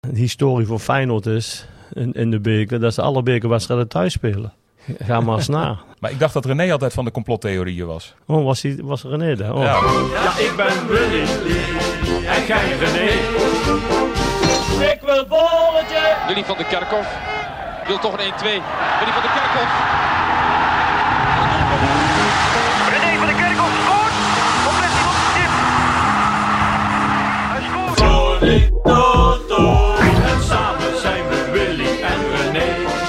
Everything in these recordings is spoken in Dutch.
De historie voor Feyenoord is in de beker dat ze alle bekerwedstrijden thuis spelen. Ga maar eens na. Maar ik dacht dat René altijd van de complottheorieën was. Oh, was René daar? Oh. Ja. Ja, ik ben Willy en jij René. Ik wil bolletje. Willy van der Kerkhof wil toch een 1-2. Willy van der Kerkhof. René van der Kerkhof scoort. Of let hij op de tip? Hij scoort. Toto. En samen zijn we Willy en René.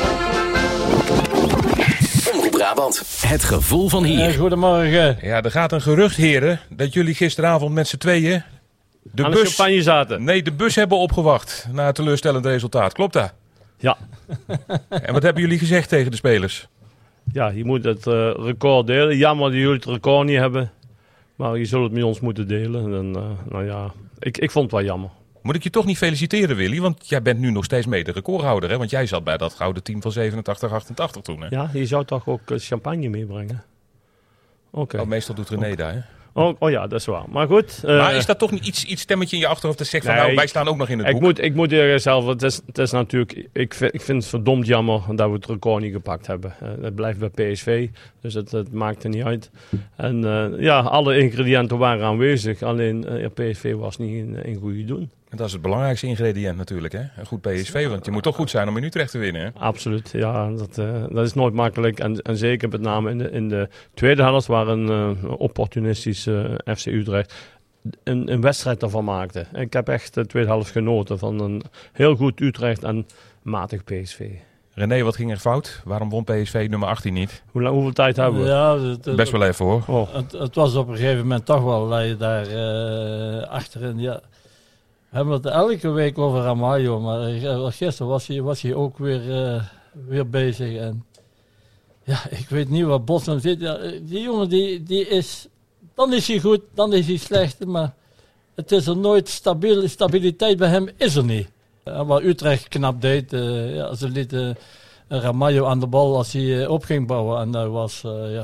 Omroep Brabant. Het gevoel van hier. Goedemorgen. Ja, er gaat een gerucht, heren, dat jullie gisteravond met z'n tweeën Aan de champagne zaten. Nee, de bus hebben opgewacht na het teleurstellend resultaat. Klopt dat? Ja. En wat hebben jullie gezegd tegen de spelers? Ja, je moet het record delen. Jammer dat jullie het record niet hebben. Maar je zult het met ons moeten delen. En, nou ja, ik vond het wel jammer. Moet ik je toch niet feliciteren, Willy? Want jij bent nu nog steeds mede recordhouder, hè? Want jij zat bij dat gouden team van 87-88 toen, hè? Ja, je zou toch ook champagne meebrengen? Oké. Oh, meestal doet René daar, hè? Oh ja, dat is waar. Maar goed. Maar is dat toch niet iets stemmetje in je achterhoofd dat zegt van Nee, nou, wij staan ook nog in het boek? Ik moet eerlijk zelf, het is natuurlijk, ik vind het verdomd jammer dat we het record niet gepakt hebben. Het blijft bij PSV, dus het maakt er niet uit. En ja, alle ingrediënten waren aanwezig, alleen PSV was niet in goede doen. En dat is het belangrijkste ingrediënt natuurlijk, hè? Een goed PSV, want je moet toch goed zijn om in Utrecht te winnen, hè? Absoluut, ja, dat is nooit makkelijk. En zeker met name in de tweede helft waar een opportunistisch FC Utrecht een wedstrijd ervan maakte. Ik heb echt de tweede helft genoten van een heel goed Utrecht en matig PSV. René, wat ging er fout? Waarom won PSV nummer 18 niet? Hoeveel tijd hebben we? Ja, Best wel even, hoor. Oh. het was op een gegeven moment toch wel dat je daar achterin... Ja, we hebben het elke week over Ramalho, maar gisteren was hij ook weer bezig. En ja, ik weet niet waar Bosman zit. Ja, die jongen die is... Dan is hij goed, dan is hij slecht, maar het is er nooit stabiel. Stabiliteit bij hem is er niet. Wat Utrecht knap deed, ze lieten Ramalho aan de bal als hij op ging bouwen. En dat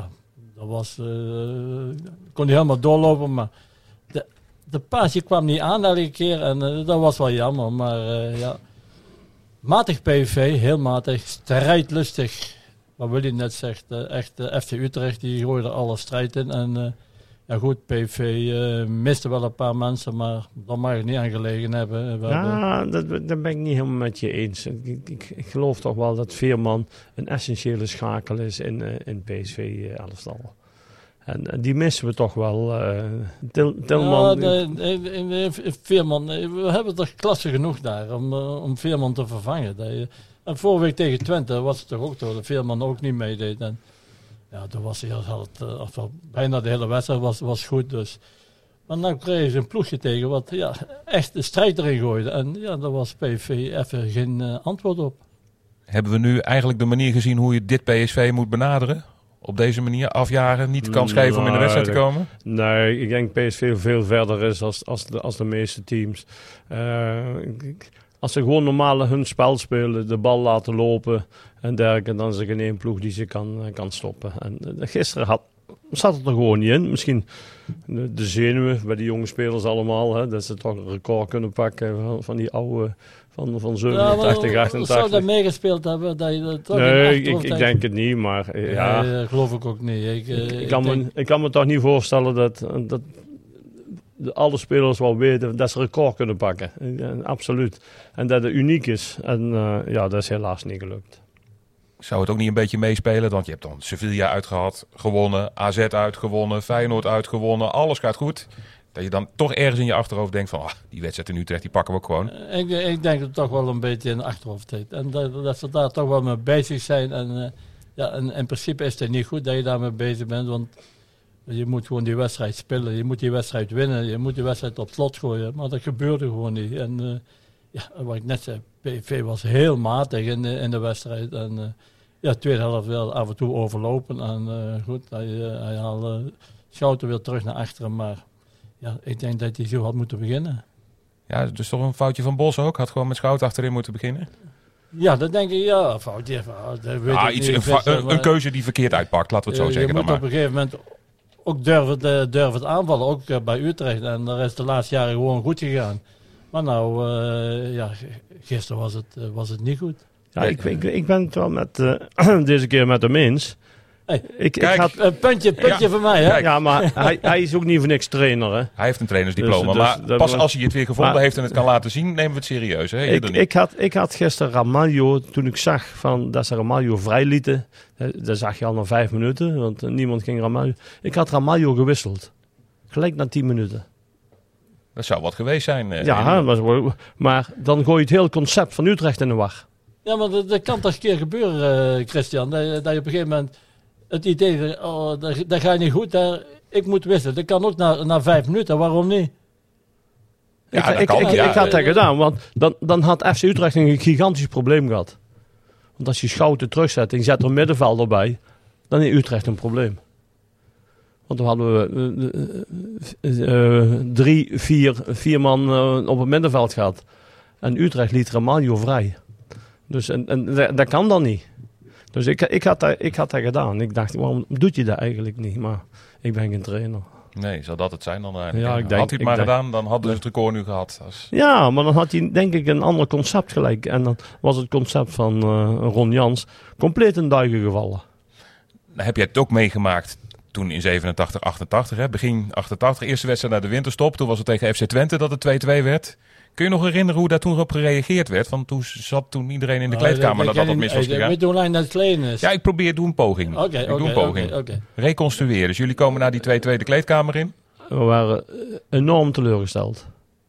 kon hij helemaal doorlopen, maar... De paasje kwam niet aan elke keer en dat was wel jammer. Maar ja, matig PSV, heel matig, strijdlustig. Wat Willy net zegt, echt FC Utrecht, die gooide alle strijd in. En ja goed, PSV miste wel een paar mensen, maar dat mag je niet aan gelegen hebben. Dat ben ik niet helemaal met je eens. Ik geloof toch wel dat Veerman een essentiële schakel is in PSV-elftal. En die missen we toch wel. Tilman. Ja, Veerman, we hebben toch klasse genoeg daar om Veerman te vervangen. En vorige week tegen Twente was het toch ook zo dat Veerman ook niet meedeed. En ja, toen was hij bijna de hele wedstrijd was goed. Dus. Maar dan kreeg ze een ploegje tegen wat echt de strijd erin gooide. En ja, daar was PSV even geen antwoord op. Hebben we nu eigenlijk de manier gezien hoe je dit PSV moet benaderen? Op deze manier afjagen, niet de kans geven om in de wedstrijd te komen? Nee, ik denk PSV veel verder is als de meeste teams. Als ze gewoon normaal hun spel spelen, de bal laten lopen en dergelijke, dan is er geen één ploeg die ze kan stoppen. En gisteren zat het er gewoon niet in. Misschien de zenuwen bij die jonge spelers allemaal, hè, dat ze toch een record kunnen pakken van die oude... Van 87, 88. Zou dat meegespeeld hebben? Dat je dat toch nee, ik denk het niet, maar ja. Nee, dat geloof ik ook niet. Ik kan me toch niet voorstellen dat alle spelers wel weten dat ze record kunnen pakken. Absoluut. En dat het uniek is. En ja, dat is helaas niet gelukt. Zou het ook niet een beetje meespelen? Want je hebt dan Sevilla uitgehad, gewonnen, AZ uitgewonnen, Feyenoord uitgewonnen. Alles gaat goed. Dat je dan toch ergens in je achterhoofd denkt van... die wedstrijd in Utrecht, die pakken we ook gewoon. Ik denk dat het toch wel een beetje in de achterhoofd zit. En dat ze daar toch wel mee bezig zijn. En in principe is het niet goed dat je daarmee bezig bent. Want je moet gewoon die wedstrijd spelen. Je moet die wedstrijd winnen. Je moet die wedstrijd op slot gooien. Maar dat gebeurde gewoon niet. En wat ik net zei, PSV was heel matig in de wedstrijd. En tweede helft wel af en toe overlopen. En goed, hij haalde Schouten weer terug naar achteren. Maar... Ja, ik denk dat hij zo had moeten beginnen. Ja, dus toch een foutje van Bos ook? Had gewoon met Schouten achterin moeten beginnen? Ja, dat denk ik, ja. Een foutje. Een keuze die verkeerd uitpakt, laten we het zo zeggen. Je moet op een gegeven moment ook durven aanvallen, ook bij Utrecht. En daar is de laatste jaren gewoon goed gegaan. Maar nou, gisteren was het niet goed. Ja, ik ben het wel met deze keer met hem eens. Hey, ik had een puntje voor mij, hè? Kijk. Ja, maar hij is ook niet voor niks trainer, hè? Hij heeft een trainersdiploma. Dus maar dat pas was- als hij het weer gevonden heeft en het kan laten zien, nemen we het serieus. Hè? Eerder niet. Ik had gisteren Ramalho, toen ik zag dat ze Ramalho vrijlieten. Dat zag je al na 5 minuten, want niemand ging Ramalho. Ik had Ramalho gewisseld. Gelijk na 10 minuten. Dat zou wat geweest zijn. Maar dan gooi je het hele concept van Utrecht in de war. Ja, maar dat kan toch een keer gebeuren, Christian. Dat je op een gegeven moment het idee dat gaat niet goed. Ik moet wisselen. Dat kan ook na 5 minuten. Waarom niet? Ja, dat ik kan, ja. had dat gedaan, want dan had FC Utrecht een gigantisch probleem gehad. Want als je Schouten terugzet en je zet er een middenvelder bij, dan heeft Utrecht een probleem. Want dan hadden we 4 man op het middenveld gehad. En Utrecht liet Ramalho vrij. Dus en dat kan dan niet. Dus ik had dat gedaan. Ik dacht, waarom doet je dat eigenlijk niet? Maar ik ben geen trainer. Nee, zou dat het zijn dan eigenlijk? Ja, ik denk- had hij het maar ik denk- gedaan, dan hadden ze het record nu gehad. Ja, maar dan had hij denk ik een ander concept gelijk. En dan was het concept van Ron Jans compleet in duigen gevallen. Heb jij het ook meegemaakt toen in 87, 88, hè? Begin 88, eerste wedstrijd na de winterstop. Toen was het tegen FC Twente dat het 2-2 werd. Kun je nog herinneren hoe daar toen op gereageerd werd? Want toen zat iedereen in de kleedkamer nadat dat mis was gegaan. We doen alleen dat het klein is. Ja, ik probeer, doe een poging. Ik doe een poging. Oké. Reconstrueren. Dus jullie komen naar die 2-2 de kleedkamer in. We waren enorm teleurgesteld.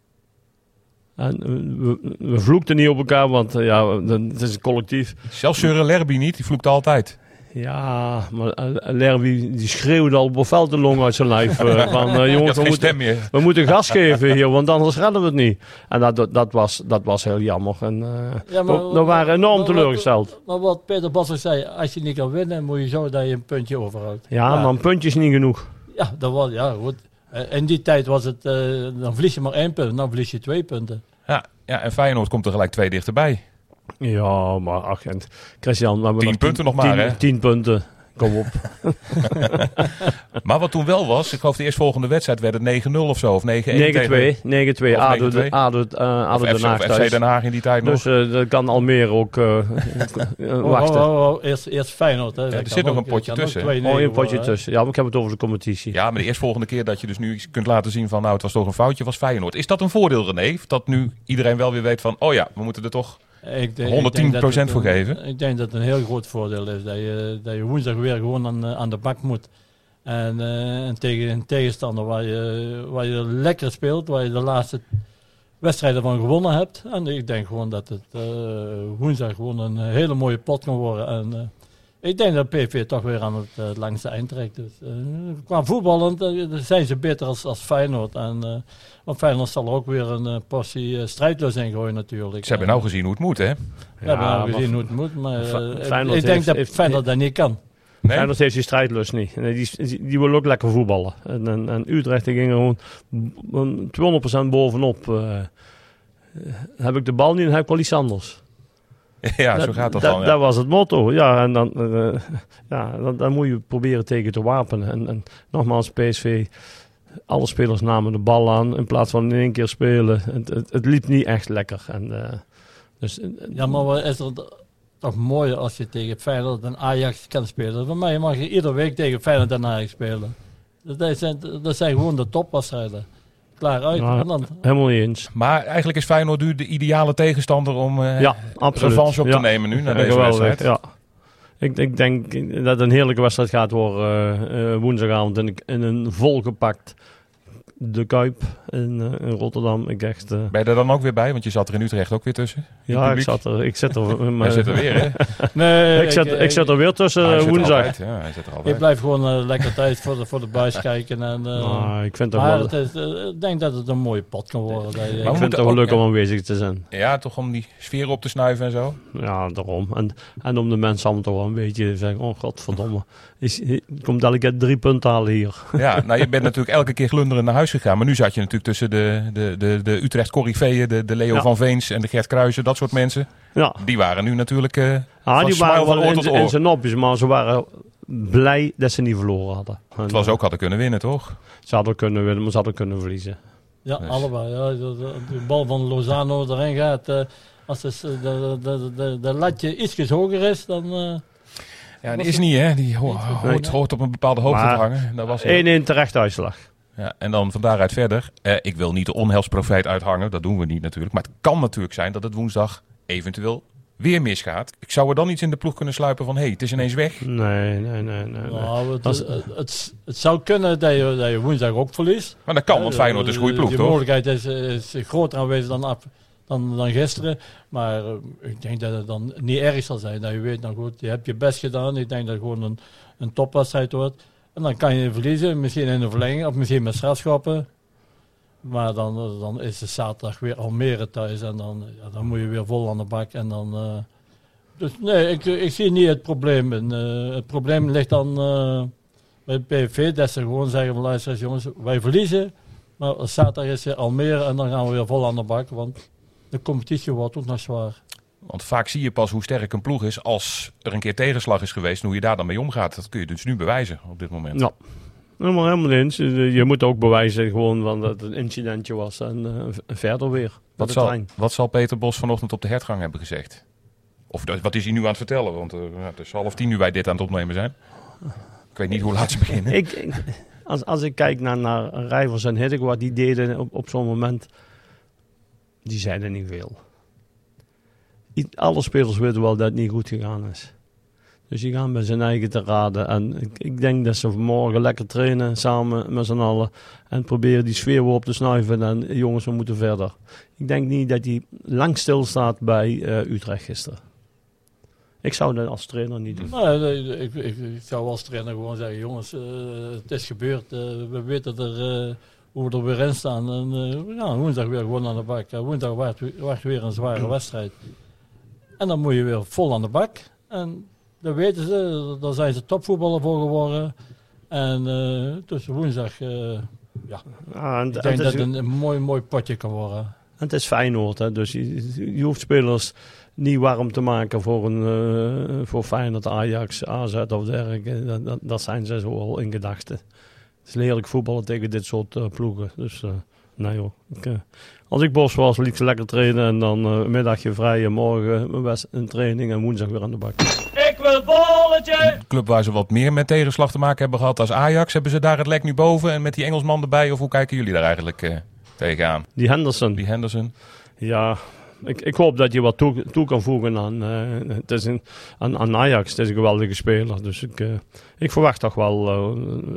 En we vloekten niet op elkaar, want het is een collectief. Zelfs Søren Lerby niet, die vloekt altijd. Ja, maar Lerby die schreeuwde al op de long uit zijn lijf. Van jongens, geen stem meer. we moeten gas geven hier, want anders redden we het niet. En dat was heel jammer. En, we waren enorm teleurgesteld. Maar wat Peter Bos zei, als je niet kan winnen, moet je zo dat je een puntje overhoudt. Ja, maar een puntje is niet genoeg. Ja, dat was, ja goed. In die tijd was het, dan verlies je maar 1 punt, dan verlies je 2 punten. Ja, en Feyenoord komt er gelijk 2 dichterbij. Ja, maar agent. Christian, we hebben 10 punten nog maar, hè? 10 punten. Kom op. Maar wat toen wel was, ik geloof de eerstvolgende wedstrijd werd het 9-0 of zo, of 9-1. 9-2. ADO Den Haag FC thuis. Den Haag in die tijd Dus nog. dat kan Almere ook wachten. Eerst Feyenoord. Hè. Er zit nog een potje tussen. Een potje tussen. Ja, maar ik heb het over de competitie. Ja, maar de eerstvolgende keer dat je dus nu kunt laten zien van, nou, het was toch een foutje, was Feyenoord. Is dat een voordeel, René? Dat nu iedereen wel weer weet van, oh ja, we moeten er toch 110% voor geven? Ik denk dat het een heel groot voordeel is. Dat je woensdag weer gewoon aan de bak moet. En tegen een tegenstander waar je lekker speelt, waar je de laatste wedstrijden van gewonnen hebt. En ik denk gewoon dat het woensdag gewoon een hele mooie pot kan worden. En ik denk dat PSV toch weer aan het langste eind trekt. Dus, qua voetballend zijn ze beter als Feyenoord. Want Feyenoord zal ook weer een portie strijdloos ingooien natuurlijk. Ze hebben nou gezien hoe het moet, hè? We hebben nou gezien hoe het moet, maar Feyenoord ik denk dat heeft- Feyenoord dat niet kan. Nee? Feyenoord heeft die strijdlust niet. Nee, die wil ook lekker voetballen. En Utrecht die ging er gewoon 200% bovenop. Heb ik de bal niet, dan heb ik wel iets anders. Ja, zo gaat dat dan. Ja. Dat was het motto. Ja, en dan moet je proberen tegen te wapenen. En nogmaals, PSV, alle spelers namen de bal aan in plaats van in 1 keer spelen. Het liep niet echt lekker. Ja, maar wat is er toch mooi als je tegen Feyenoord en Ajax kan spelen. Voor mij mag je iedere week tegen Feyenoord en Ajax spelen. Dat zijn gewoon de topwedstrijden. Klaar uit. Ja, En dan, helemaal niet eens. Maar eigenlijk is Feyenoord nu de ideale tegenstander om Absoluut. revanche op te nemen nu, na deze geweldig, wedstrijd. Ja. Ik denk dat het een heerlijke wedstrijd gaat worden woensdagavond in een volgepakt De Kuip in Rotterdam. Ben je er dan ook weer bij? Want je zat er in Utrecht ook weer tussen. Ja, ik zit er. Hij zit er weer, hè? nee, ik zit er weer tussen woensdag. Hij zit er altijd. Ik blijf gewoon lekker tijd voor de buis kijken. En, ik vind het maar wel... ik denk dat het een mooie pot kan worden. Ik vind het toch wel leuk om aanwezig te zijn. Ja, toch om die sfeer op te snuiven en zo? Ja, daarom. En om de mensen allemaal toch wel een beetje te zeggen, oh godverdomme, komt elke keer 3 punten halen hier. Ja, nou je bent natuurlijk elke keer glunderend naar huis gegaan. Maar nu zat je natuurlijk tussen de Utrecht Corriveeën, de Leo van Veens en de Gert Kruijsen, dat soort mensen. Ja. Die waren nu natuurlijk die waren wel in zijn nopjes, maar ze waren blij dat ze niet verloren hadden. Het was ook hadden kunnen winnen, toch? Ze hadden kunnen winnen, maar ze hadden kunnen verliezen. Ja, Dus. allebei. Ja. De bal van Lozano erin gaat. Als de latje ietsjes hoger is, dan... Ja, die is niet, hè. Die hoort op een bepaalde hoogte te hangen. Dat was 1-1 terecht uitslag. Ja, en dan van daaruit verder. Ik wil niet de onheilsprofeet uithangen. Dat doen we niet natuurlijk. Maar het kan natuurlijk zijn dat het woensdag eventueel weer misgaat. Ik zou er dan iets in de ploeg kunnen sluipen van... het is ineens weg. Nee. Nou, het zou kunnen dat je woensdag ook verliest. Maar dat kan, want Feyenoord is een goede ploeg, de toch? mogelijkheid is groter aanwezig dan gisteren. Maar ik denk dat het dan niet erg zal zijn. Dat je weet, nou goed, je hebt je best gedaan. Ik denk dat het gewoon een topwedstrijd wordt. En dan kan je verliezen, misschien in de verlenging of misschien met strafschoppen. Maar dan is het zaterdag weer Almere thuis en dan moet je weer vol aan de bak. En dan, dus nee, ik zie niet het probleem. Het probleem ligt dan bij PSV, dat ze gewoon zeggen van luister eens jongens, wij verliezen. Maar zaterdag is weer Almere en dan gaan we weer vol aan de bak. Want de competitie wordt ook nog zwaar. Want vaak zie je pas hoe sterk een ploeg is als er een keer tegenslag is geweest en hoe je daar dan mee omgaat. Dat kun je dus nu bewijzen op dit moment. Ja, helemaal eens. Je moet ook bewijzen gewoon van dat het een incidentje was en verder weer. Wat zal Peter Bos vanochtend op de hertgang hebben gezegd? Of wat is hij nu aan het vertellen? Want het is 9:30 nu wij dit aan het opnemen zijn. Ik weet niet hoe laat ze beginnen. Als ik kijk naar Rijvers en Hiddink, wat die deden op zo'n moment, die zeiden niet veel. Alle spelers weten wel dat het niet goed gegaan is. Dus die gaan bij zijn eigen te raden. En ik denk dat ze vanmorgen lekker trainen samen met z'n allen. En proberen die sfeer weer op te snuiven. En jongens, we moeten verder. Ik denk niet dat hij lang stilstaat bij Utrecht gisteren. Ik zou dat als trainer niet doen. Nou, ik zou als trainer gewoon zeggen, jongens, het is gebeurd. We weten hoe we er weer in staan. En we gaan woensdag weer gewoon aan de bak. Woensdag wacht weer een zware wedstrijd. En dan moet je weer vol aan de bak. En dat weten ze, daar zijn ze topvoetballer voor geworden. En tussen woensdag, ik denk dat het een mooi potje kan worden. En het is Feyenoord, hè? Dus je hoeft spelers niet warm te maken voor Feyenoord, Ajax, AZ of dergelijke. Dat zijn ze zo al in gedachten. Het is heerlijk voetballen tegen dit soort ploegen. Dus nee joh. Als ik Bos was, liet ze lekker trainen en dan een middagje vrij en morgen een training en woensdag weer aan de bak. Ik wil bolletje! De club waar ze wat meer met tegenslag te maken hebben gehad als Ajax, hebben ze daar het lek nu boven en met die Engelsman erbij? Of hoe kijken jullie daar eigenlijk tegenaan? Die Henderson. Ja, ik hoop dat je wat toe kan voegen aan Ajax. Het is een geweldige speler. Dus ik verwacht toch wel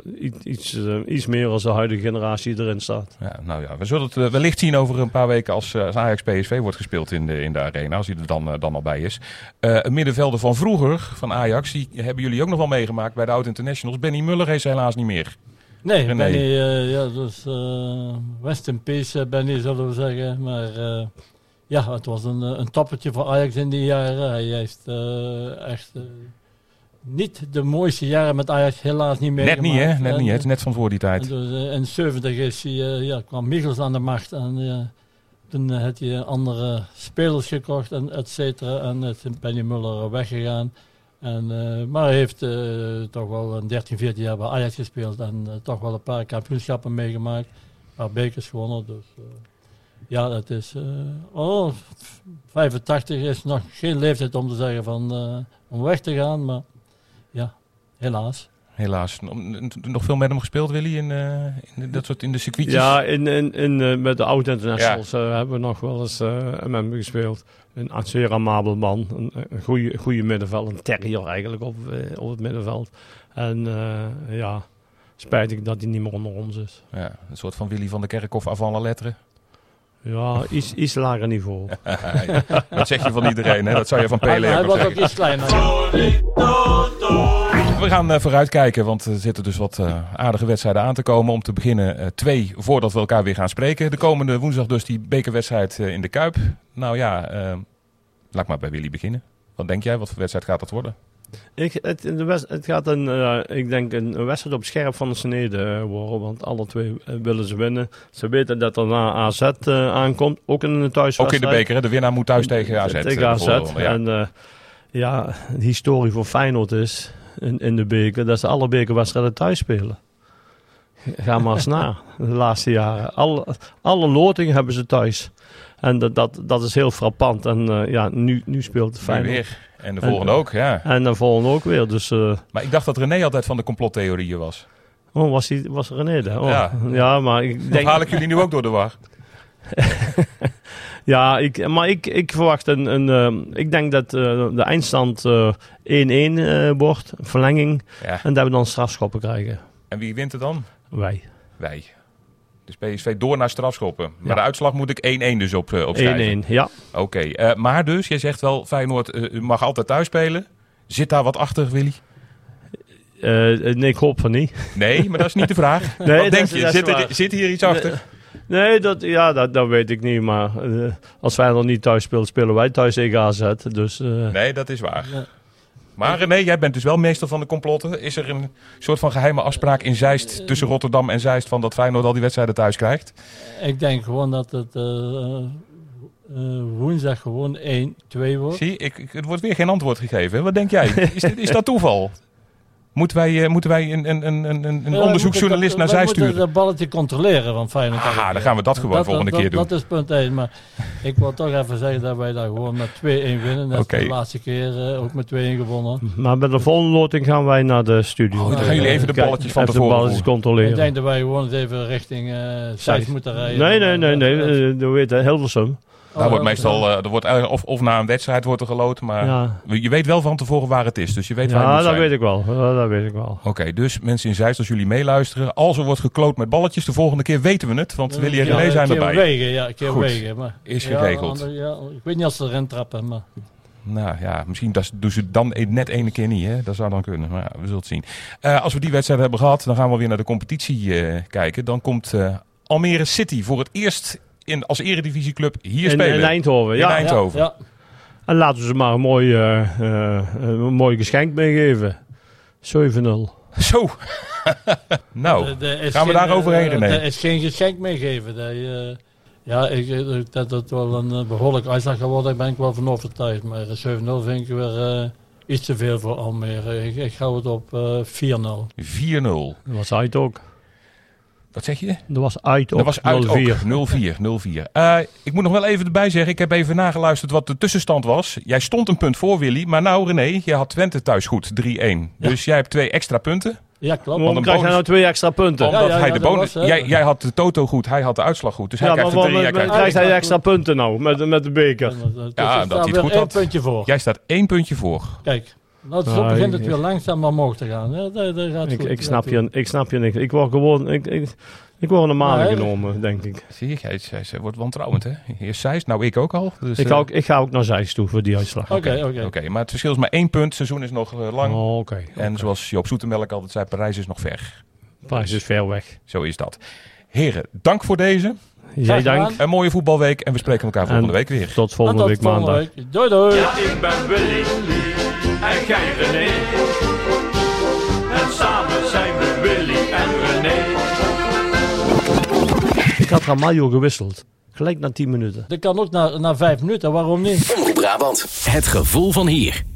iets meer als de huidige generatie erin staat. Ja, nou ja, we zullen het wellicht zien over een paar weken als Ajax PSV wordt gespeeld in de arena. Als hij er dan al bij is. Een middenvelder van vroeger, van Ajax, die hebben jullie ook nog wel meegemaakt bij de Oud Internationals. Benny Muller is helaas niet meer. Nee, Benny, dus rest in peace Benny zullen we zeggen. Maar het was een toppetje voor Ajax in die jaren. Hij heeft echt niet de mooiste jaren met Ajax helaas niet meegemaakt. Net niet, hè? Net niet, het is net van voor die tijd. Dus, in 70 is hij, kwam Michels aan de macht en toen had hij andere spelers gekocht en et cetera. En is Benny Muller weggegaan. Maar hij heeft toch wel 13, 14 jaar bij Ajax gespeeld en toch wel een paar kampioenschappen meegemaakt. Een paar bekers gewonnen. Dus dat is... 85 is nog geen leeftijd om te zeggen om weg te gaan, maar ja, helaas. Helaas. Nog veel met hem gespeeld, Willy, in de circuitjes? Ja, met de Oud Internationals hebben we nog wel eens met hem gespeeld. Een zeer amabel man, een goede middenveld, een terrier eigenlijk op het middenveld. En spijtig dat hij niet meer onder ons is. Ja, een soort van Willy van der Kerkhof avant la lettre. Ja, iets lager niveau. Dat zeg je van iedereen, hè? Dat zou je van Pele Hij ook wordt ook zeggen. iets kleiner. We gaan vooruitkijken, want er zitten dus wat aardige wedstrijden aan te komen. Om te beginnen 2 voordat we elkaar weer gaan spreken. De komende woensdag dus die bekerwedstrijd in de Kuip. Nou ja, laat maar bij Willy beginnen. Wat denk jij? Wat voor wedstrijd gaat dat worden? Het gaat ik denk een wedstrijd op scherp van de snede worden. Want alle twee willen ze winnen. Ze weten dat er na AZ aankomt. Ook in een thuiswedstrijd. Ook in de beker, hè? De winnaar moet thuis tegen AZ. Tegen AZ. En de historie voor Feyenoord is in de beker dat ze alle bekerwedstrijden thuis spelen. Ga maar eens na, de laatste jaren. Alle lotingen hebben ze thuis. En dat is heel frappant. En nu speelt het fijn. Weer. En de volgende ook, ja. En de volgende ook weer. Dus, maar ik dacht dat René altijd van de complottheorieën was. Oh, was René daar? Oh. Ja. Ja, maar ik denk... Of haal ik jullie nu ook door de war? Ja, ik verwacht ik denk dat de eindstand 1-1 wordt, verlenging. Ja. En dat we dan strafschoppen krijgen. En wie wint er dan? Wij. Dus PSV door naar strafschoppen. Maar Ja. de uitslag moet ik 1-1 dus opschrijven. 1-1, ja. Oké, maar dus, jij zegt wel, Feyenoord mag altijd thuis spelen. Zit daar wat achter, Willy? Nee, ik hoop van niet. Nee, maar dat is niet de vraag. Nee, Wat denk dat je? is waar. Zit hier iets achter? Nee, dat weet ik niet. Maar als wij nog niet thuis spelen, spelen wij thuis tegen AZ. Dus, Nee, dat is waar. Ja. Maar René, jij bent dus wel meester van de complotten. Is er een soort van geheime afspraak in Zeist tussen Rotterdam en Zeist van dat Feyenoord al die wedstrijden thuis krijgt? Ik denk gewoon dat het woensdag gewoon 1-2 wordt. Zie, er wordt weer geen antwoord gegeven. Hè? Wat denk jij? Is dat toeval? Moeten wij een onderzoeksjournalist naar Zeist sturen? We sturen? moeten dat balletje controleren van Feyenoord. Dan gaan we dat gewoon volgende keer doen. Dat is punt 1. Maar ik wil toch even zeggen dat wij daar gewoon met 2-1 winnen. Dat is de laatste keer ook met 2-1 gewonnen. Maar bij de volgende loting gaan wij naar de studio. Oh, dan gaan jullie even de balletjes van even de tevoren balletjes voeren. controleren. Ik denk dat wij gewoon eens even richting Zeist moeten rijden. Nee. Dat weet je, Hilversum. Daar wordt meestal, er wordt eigenlijk of na een wedstrijd wordt er geloten, maar je weet wel van tevoren waar het is. Dus je weet waar je moet zijn. Weet ik wel. Dat weet ik wel. Oké, dus mensen in Zeist, als jullie meeluisteren, als er wordt gekloot met balletjes, de volgende keer weten we het, want Willy en René zijn erbij. Een keer wegen. Maar, is geregeld. Ik weet niet als ze erin trappen, maar... Nou ja, misschien doen ze dan net ene keer niet. Hè? Dat zou dan kunnen, maar we zullen het zien. Als we die wedstrijd hebben gehad, dan gaan we weer naar de competitie kijken. Dan komt Almere City voor het eerst als eredivisieclub hier spelen. In Eindhoven, ja. In Eindhoven. Ja. En laten we ze maar een mooi geschenk meegeven. 7-0. Zo. Nou, gaan we daar overheen, René? Er is geen geschenk meegeven. Dat het wel een behoorlijk uitslag geworden, daar ben ik wel van overtuigd. Maar 7-0 vind ik weer iets te veel voor Almere. Ik hou het op 4-0. 4-0. Dat was uit ook. Wat zeg je? Dat was uit ook. Dat was uit 0-4. Ik moet nog wel even erbij zeggen, ik heb even nageluisterd wat de tussenstand was. Jij stond een punt voor, Willy. Maar nou, René, je had Twente thuis goed, 3-1. Ja. Dus jij hebt 2 extra punten. Ja, klopt. Waarom krijg jij nou 2 extra punten? Omdat hij de bonus... Jij had de toto goed, hij had de uitslag goed. Dus hij krijgt er 3. Maar krijgt hij extra punten nou, met de beker? Ja, dat hij het goed had. 1 puntje voor. Jij staat 1 puntje voor. Kijk. Nou, zo begint het weer langzaam omhoog te gaan. Ja, dat gaat goed. Ik snap je niks. Ik word gewoon... Ik word een maand genomen, denk ik. Zie je, hij wordt wantrouwend, hè? Eerst Zeist, nou ik ook al. Dus, ik ga ook naar Zeist toe voor die uitslag. Oké, maar het verschil is maar 1 punt. Het seizoen is nog lang. Oké. En zoals Joop Zoetemelk altijd zei, Parijs is nog ver. Parijs is ver weg. Zo is dat. Heren, dank voor deze. Jij dank. Een mooie voetbalweek en we spreken elkaar volgende week weer. Tot volgende week maandag. Doei. Ja, ik ben Willy en jij René. En samen zijn we Willy en René. Ik had Ramaljo gewisseld. Gelijk na 10 minuten. Dat kan ook na 5 minuten, waarom niet? Omroep Brabant. Het gevoel van hier.